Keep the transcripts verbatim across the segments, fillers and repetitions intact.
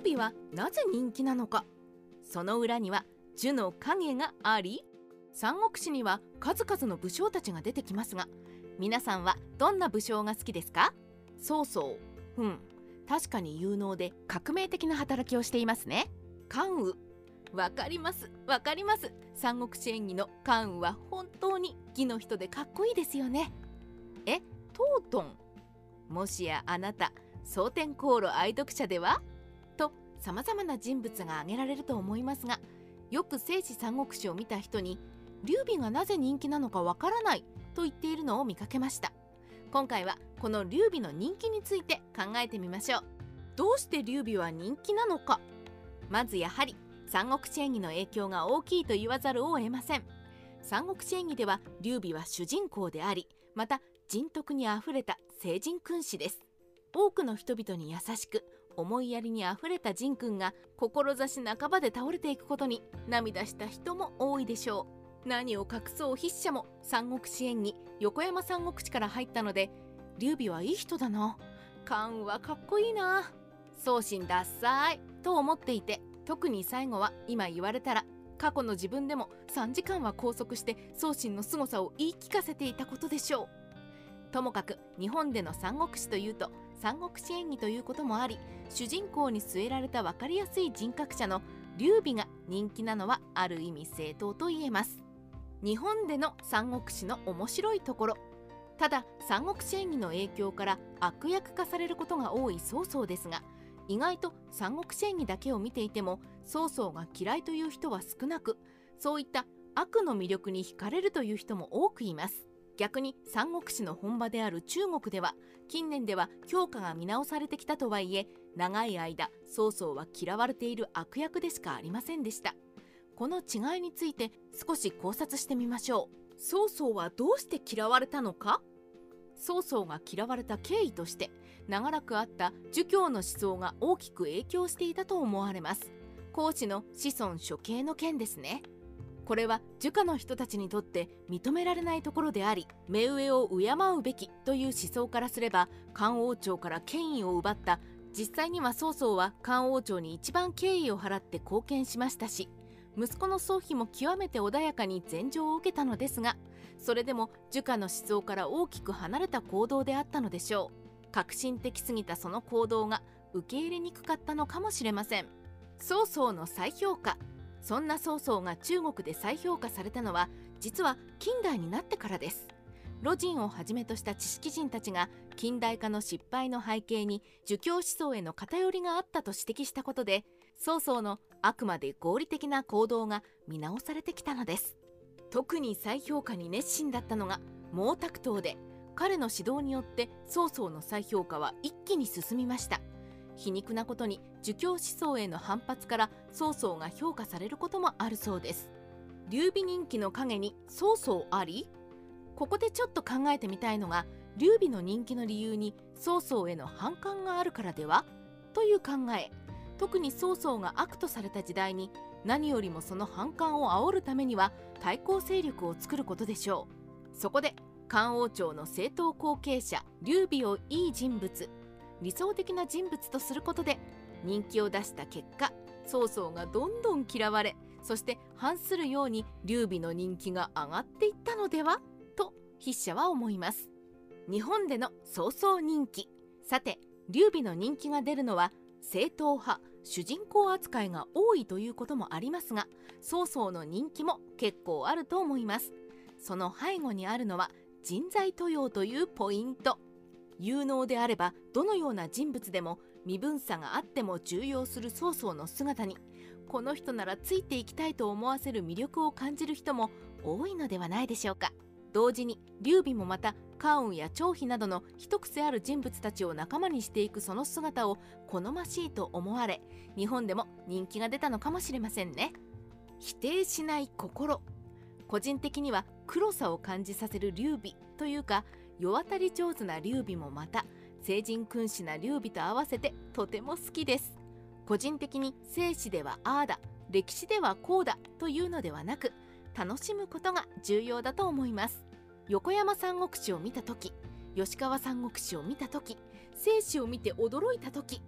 備はなぜ人気なのか。その裏には樹の影があり、三国志には数々の武将たちが出てきますが、皆さんはどんな武将が好きですか？曹操。うん、確かに有能で革命的な働きをしていますね。関羽。わかりますわかります。三国志演義の関羽は本当に義の人でかっこいいですよね。え、東遁。もしやあなた蒼天航路愛読者ではと、さまざまな人物が挙げられると思いますが、よく正史三国志を見た人に劉備がなぜ人気なのかわからないと言っているのを見かけました。今回はこの劉備の人気について考えてみましょう。どうして劉備は人気なのか。まずやはり三国志演義の影響が大きいと言わざるを得ません。三国志演義では劉備は主人公であり、また人徳にあふれた聖人君子です。多くの人々に優しく思いやりにあふれた仁君が志半ばで倒れていくことに涙した人も多いでしょう。何を隠そう筆者も三国志演義横山三国志から入ったので、劉備はいい人だな、関羽はかっこいいな、宗信ダッサいと思っていて、特に最後は今言われたら過去の自分でもさんじかんは拘束して宗信の凄さを言い聞かせていたことでしょう。ともかく日本での三国志というと三国志演義ということもあり、主人公に据えられた分かりやすい人格者の劉備が人気なのはある意味正当と言えます。日本での三国志の面白いところ。ただ三国志演義の影響から悪役化されることが多い曹操ですが、意外と三国志演義だけを見ていても曹操が嫌いという人は少なく、そういった悪の魅力に惹かれるという人も多くいます。逆に三国志の本場である中国では近年では評価が見直されてきたとはいえ、長い間曹操は嫌われている悪役でしかありませんでした。この違いについて少し考察してみましょう。曹操はどうして嫌われたのか。曹操が嫌われた経緯として、長らくあった儒教の思想が大きく影響していたと思われます。孔子の子孫処刑の件ですね。これは儒家の人たちにとって認められないところであり、目上を敬うべきという思想からすれば漢王朝から権威を奪った。実際には曹操は漢王朝に一番敬意を払って貢献しましたし、息子の宗妃も極めて穏やかに禅譲を受けたのですが、それでも儒家の思想から大きく離れた行動であったのでしょう。革新的すぎたその行動が受け入れにくかったのかもしれません。曹操の再評価。そんな曹操が中国で再評価されたのは実は近代になってからです。魯迅をはじめとした知識人たちが近代化の失敗の背景に儒教思想への偏りがあったと指摘したことで、曹操のあくまで合理的な行動が見直されてきたのです。特に再評価に熱心だったのが毛沢東で、彼の指導によって曹操の再評価は一気に進みました。皮肉なことに儒教思想への反発から曹操が評価されることもあるそうです。劉備人気の陰に曹操あり。ここでちょっと考えてみたいのが、劉備の人気の理由に曹操への反感があるからではという考え。特に曹操が悪とされた時代に何よりもその反感を煽るためには対抗勢力を作ることでしょう。そこで漢王朝の正統後継者劉備をいい人物、理想的な人物とすることで人気を出した結果、曹操がどんどん嫌われ、そして反するように劉備の人気が上がっていったのではと筆者は思います。日本での曹操人気。さて劉備の人気が出るのは正統派、主人公扱いが多いということもありますが、曹操の人気も結構あると思います。その背後にあるのは人材登用というポイント。有能であればどのような人物でも身分差があっても重用する曹操の姿に、この人ならついていきたいと思わせる魅力を感じる人も多いのではないでしょうか。同時に劉備もまた関羽や張飛などの一癖ある人物たちを仲間にしていくその姿を好ましいと思われ、日本でも人気が出たのかもしれませんね。否定しない心。個人的には黒さを感じさせる劉備というか、世渡り上手な劉備もまた聖人君子な劉備と合わせてとても好きです。個人的に正史ではああだ、歴史ではこうだというのではなく、楽しむことが重要だと思います。横山三国志を見た時、吉川三国志を見た時、正史を見て驚いた時、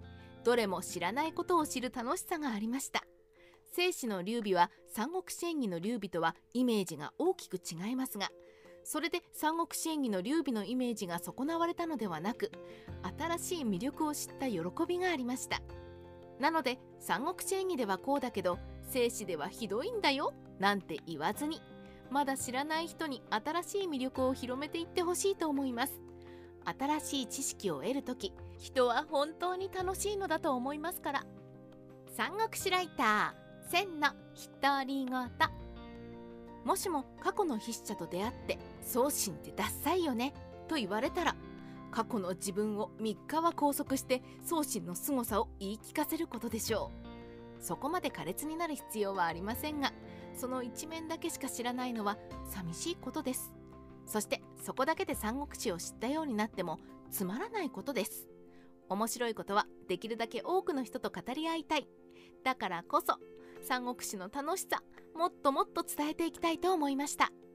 どれも知らないことを知る楽しさがありました。正史の劉備は三国志演義の劉備とはイメージが大きく違いますが、それで三国志演義の劉備のイメージが損なわれたのではなく、新しい魅力を知った喜びがありました。なので三国志演義ではこうだけど正史ではひどいんだよなんて言わずに、まだ知らない人に新しい魅力を広めていってほしいと思います。新しい知識を得るとき、人は本当に楽しいのだと思いますから。三国志ライター千の独り言。もしも過去の筆者と出会って宗信ってダッサいよねと言われたら、過去の自分をみっかは拘束して宗信の凄さを言い聞かせることでしょう。そこまで苛烈になる必要はありませんが、その一面だけしか知らないのは寂しいことです。そしてそこだけで三国志を知ったようになってもつまらないことです。面白いことはできるだけ多くの人と語り合いたい。だからこそ三国志の楽しさ、もっともっと伝えていきたいと思いました。